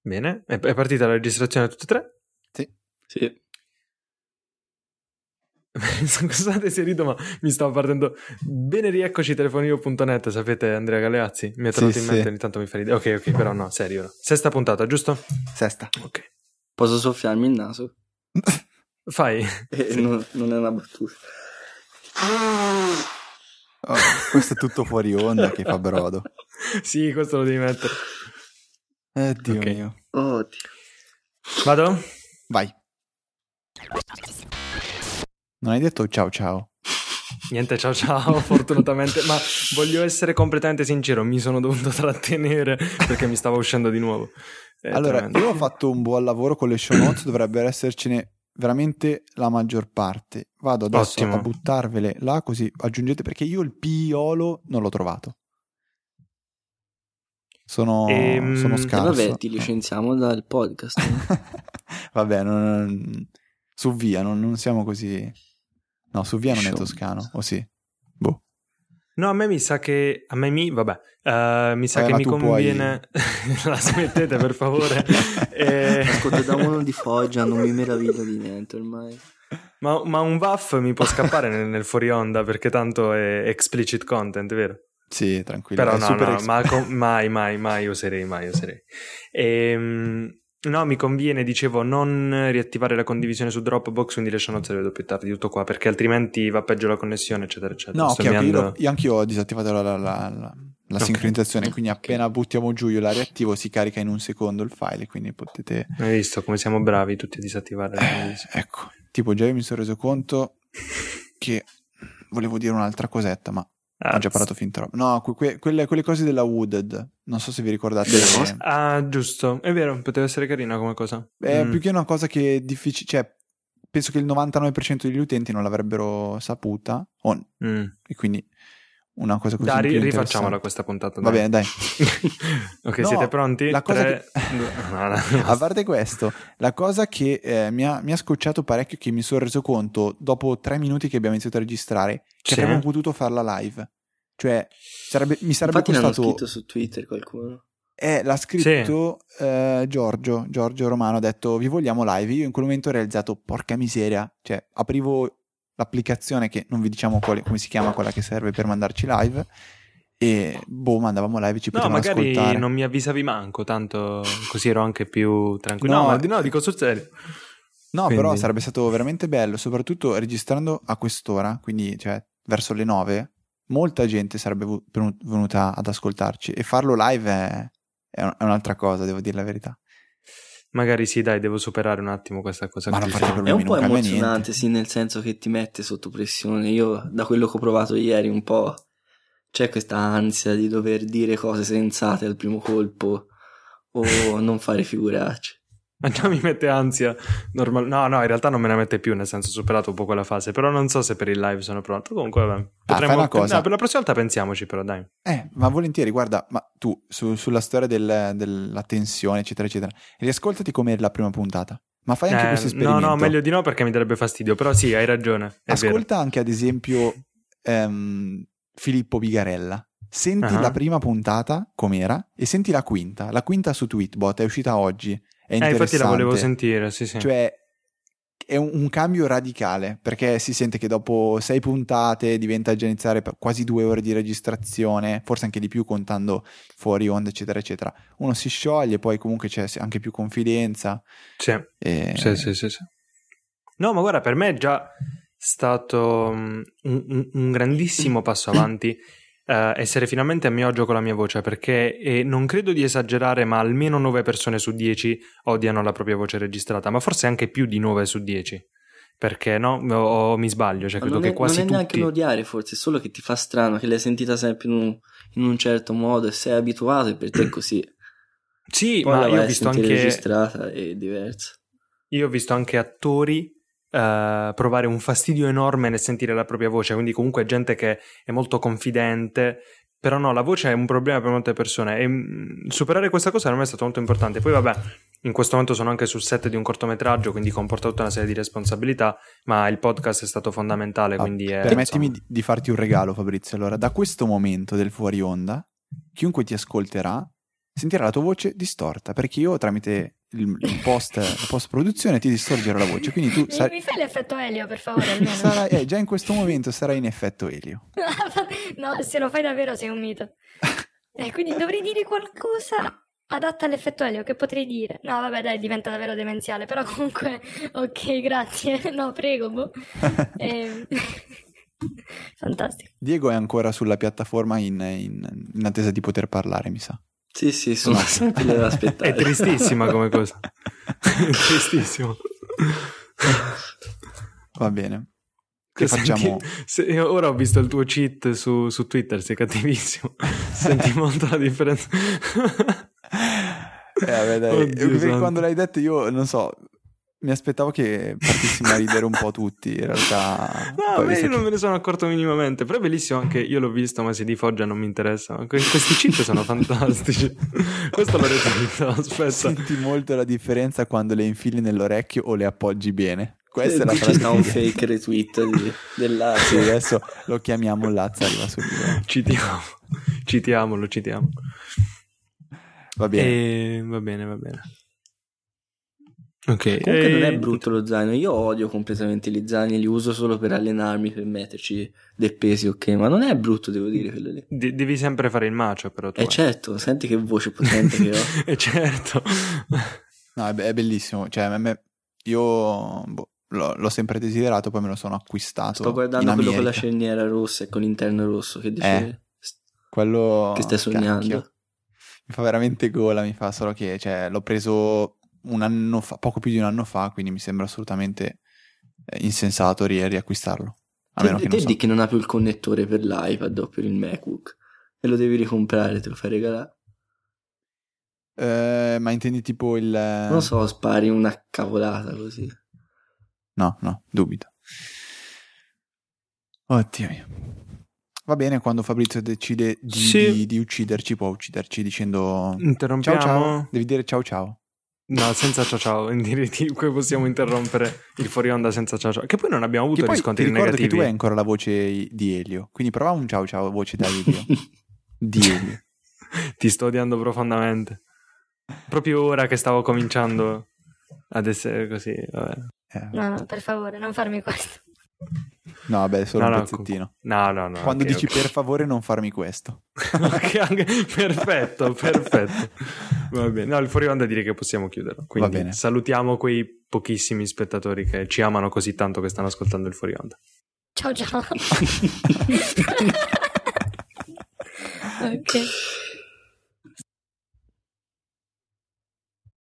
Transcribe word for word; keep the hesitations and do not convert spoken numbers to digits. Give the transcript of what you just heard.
Bene, è è partita la registrazione a tutte e tre? Sì. Sì. Scusate se rido, ma mi stavo partendo. Bene, rieccoci telefonio punto net, sapete Andrea Galeazzi? Mi è tornato Sì, in mente, sì. ogni tanto mi fa ridere. Ok, ok, però no, serio. No. Sesta puntata, giusto? Sesta. Ok. Posso soffiarmi il naso? Fai. Eh, Sì. non, non è una battuta. Oh, questo è tutto fuori onda che fa brodo. Sì, questo lo devi mettere. Eh, Dio Ok. mio. Oddio. Vado? Vai. Non hai detto ciao ciao? Niente, ciao ciao, fortunatamente. Ma voglio essere completamente sincero, mi sono dovuto trattenere perché mi stava uscendo di nuovo. È Allora, tremendo. io ho fatto un buon lavoro con le show notes, dovrebbero essercene veramente la maggior parte. Vado adesso Ottimo. a buttarvele là, così aggiungete, perché io il piolo non l'ho trovato. Sono, Ehm, sono e E scarso. vabbè, ti licenziamo dal podcast. Vabbè, non, su via, non, non siamo così... No, su via non è Show. toscano, o sì? Boh. No, a me mi sa che a me mi vabbè, eh, mi sa Vabbè, che ma mi tu conviene la smettete per favore. Eh, Ascolta, da uno di Foggia non mi meraviglio di niente ormai. ma, ma un V A F mi può scappare nel, nel fuori onda perché tanto è explicit content, vero? Sì, tranquillo. Però è no, super no, ex- ma com- mai, mai, mai userei, mai userei. Ehm, no, mi conviene, dicevo, non riattivare la condivisione su Dropbox, quindi le show notes le vedo più tardi, tutto qua, perché altrimenti va peggio la connessione, eccetera, eccetera. No, Sto ok, ok, io, inviando- l'ho- io anch'io ho disattivato la, la, la, la- la Ok. sincronizzazione, quindi Ok. appena buttiamo giù io la riattivo si carica in un secondo il file, quindi potete... Hai visto come siamo bravi tutti a disattivare la Eh, condivisione? ecco, tipo già io mi sono reso conto che volevo dire un'altra cosetta, ma ho già Ah, parlato fin troppo. No, que- que- quelle, quelle cose della Wooded, non so se vi ricordate. Della cosa? Ah, giusto, è vero, poteva essere carina come cosa. È Mm. più che una cosa che è difficile, cioè penso che il novantanove per cento degli utenti non l'avrebbero saputa, o- Mm. e quindi una cosa così Dai, più ri- rifacciamola interessante. questa puntata. Va bene, dai. Ok, No, siete pronti? la cosa Tre, che- due- no, no, A parte questo, la cosa che eh, mi, ha, mi ha scocciato parecchio, che mi sono reso conto dopo tre minuti che abbiamo iniziato a registrare, che Sì. avremmo potuto farla live. Cioè, sarebbe, mi sarebbe Infatti l'hanno costato... scritto su Twitter qualcuno. Eh, l'ha scritto eh, Giorgio, Giorgio Romano, ha detto vi vogliamo live. Io in quel momento ho realizzato, porca miseria, cioè aprivo l'applicazione che non vi diciamo quale, come si chiama, quella che serve per mandarci live, e boh, mandavamo live e ci No, potevano magari ascoltare. non mi avvisavi manco, tanto così ero anche più tranquillo. No, No, ma eh, di- no, dico sul serio. No, Quindi- però sarebbe stato veramente bello, soprattutto registrando a quest'ora, quindi cioè verso le nove, molta gente sarebbe vu- venu- venuta ad ascoltarci, e farlo live è, è un- è un'altra cosa, devo dire la verità. Magari sì, dai, devo superare un attimo questa cosa. Ma qui. non fate È problemi, un po' non cambia emozionante, niente. sì, nel senso che ti mette sotto pressione. Io, da quello che ho provato ieri, un po' c'è questa ansia di dover dire cose sensate al primo colpo o non fare figuracce. Ma già mi mette ansia. Normal- No, no, in realtà non me ne mette più, nel senso ho superato un po' quella fase. Però non so se per il live sono pronto. Comunque, vabbè, potremmo... fai una cosa. No, per la prossima volta pensiamoci, però, dai. Eh, ma volentieri, guarda, ma tu su- sulla storia del- della tensione, eccetera, eccetera, riascoltati come la prima puntata, ma fai anche Eh, questo no, esperimento. no, meglio di no perché mi darebbe fastidio. Però sì, hai ragione. È Ascolta anche ad esempio ehm, Filippo Bigarella. Senti Ah. la prima puntata com'era e senti la quinta. La quinta su Tweetbot è uscita oggi. È vero. Eh, infatti la interessante. volevo sentire, sì, sì. Cioè è un, un cambio radicale, perché si sente che dopo sei puntate diventa già iniziare per quasi due ore di registrazione, forse anche di più contando fuori onda, eccetera, eccetera. Uno si scioglie, poi comunque c'è anche più confidenza. Sì. E... Sì, sì, sì, sì. No, ma guarda, per me è già stato um, un, un- un grandissimo passo avanti eh, essere finalmente a mio agio con la mia voce, perché eh, non credo di esagerare, ma almeno nove persone su dieci odiano la propria voce registrata, ma forse anche più di nove su dieci. Perché no? O, o mi sbaglio, cioè Ma credo non che è, quasi non è neanche tutti... un odiare, forse, è solo che ti fa strano, che l'hai sentita sempre in un, in un certo modo e sei abituato e per te è così. Sì, Poi ma la io vai ho a visto sentire anche... registrata è diversa. Io ho visto anche attori eh, provare un fastidio enorme nel sentire la propria voce, quindi comunque gente che è molto confidente, però no, la voce è un problema per molte persone e mh, superare questa cosa per me è stato molto importante. Poi vabbè, in questo momento sono anche sul set di un cortometraggio, quindi comporta tutta una serie di responsabilità, ma il podcast è stato fondamentale, Ah, quindi è, permettimi insomma... di- di farti un regalo, Fabrizio. Allora, da questo momento del fuori onda, chiunque ti ascolterà sentirà la tua voce distorta, perché io tramite il, il post, la post produzione ti distorgerò la voce, quindi tu mi, sar- mi fai l'effetto Elio per favore almeno. sarai, eh, già in questo momento sarai in effetto Elio. No, se lo fai davvero sei un mito. E quindi dovrei dire qualcosa adatta all'effetto Elio, che potrei dire? No, vabbè, dai, diventa davvero demenziale, però comunque, ok, grazie. No, prego, boh. Eh, fantastico. Diego è ancora sulla piattaforma in, in, in attesa di poter parlare, mi sa. Sì, sì, sono sempre da aspettare. È tristissima come cosa. È tristissimo. Va bene. Che Senti, facciamo? se, ora ho visto il tuo cheat su, su Twitter, sei cattivissimo. Senti molto la differenza. Eh, vabbè, dai. Oddio Perché santo. quando l'hai detto io, non so, mi aspettavo che partissimo a ridere un po' tutti, in realtà. No, poi beh, visto io non che- me ne sono accorto minimamente. Però è bellissimo anche, io l'ho visto, ma se di Foggia non mi interessa. Que- Questi cheat sono fantastici. Questo l'ho detto, aspetta. Senti molto la differenza quando le infili nell'orecchio o le appoggi bene. Questa è la Ci frase. sta un fake retweet di, dell'A Sì, adesso lo chiamiamo Lazza, arriva subito. Citiamo, citiamolo, citiamo. Va bene. E... Va bene, va bene. Ok. Comunque e- non è brutto lo zaino, io odio completamente gli zaini, li uso solo per allenarmi, per metterci dei pesi, ok, ma non è brutto, devo dire, quello lì. De- devi sempre fare il macio, però tu. Eh eh. certo, senti che voce potente che ho. Eh, certo. No, è, be- è bellissimo. Cioè, a me, io boh, l'ho, l'ho sempre desiderato, poi me lo sono acquistato. Sto guardando in quello con la America. cerniera rossa e con l'interno rosso, che dice Eh, Quello che stai sognando. cacchio. Mi fa veramente gola, mi fa solo che cioè, l'ho preso un anno fa, poco più di un anno fa, quindi mi sembra assolutamente eh, insensato ri- riacquistarlo. A meno Te, che te non so. di che non ha più il connettore per l'iPad o per il MacBook e lo devi ricomprare, te lo fai regalare. Eh, ma intendi tipo il... Non so, spari una cavolata così. No, no, dubito. Oddio mio. Va bene, quando Fabrizio decide di, Sì. di- di ucciderci, può ucciderci dicendo Interrompiamo. ciao ciao. Devi dire ciao ciao. No, senza ciao ciao. In diretti, qui possiamo interrompere il fuori onda senza ciao ciao. Che poi non abbiamo avuto Che poi ti riscontri ricordo negativi. che tu hai ancora la voce di Elio, quindi prova un ciao ciao voce da Elio. Di Elio. Ti sto odiando profondamente. Proprio ora che stavo cominciando ad essere così. Vabbè. Eh, No, no, per favore, non farmi questo. No, vabbè, solo No, un no, pezzettino. No, no, no. Quando ok, dici ok. per favore non farmi questo. Ok, anche- perfetto, perfetto. Va bene. No, il fuori onda direi che possiamo chiuderlo. Quindi Va bene. salutiamo quei pochissimi spettatori che ci amano così tanto che stanno ascoltando il fuori onda. Ciao ciao. Ok.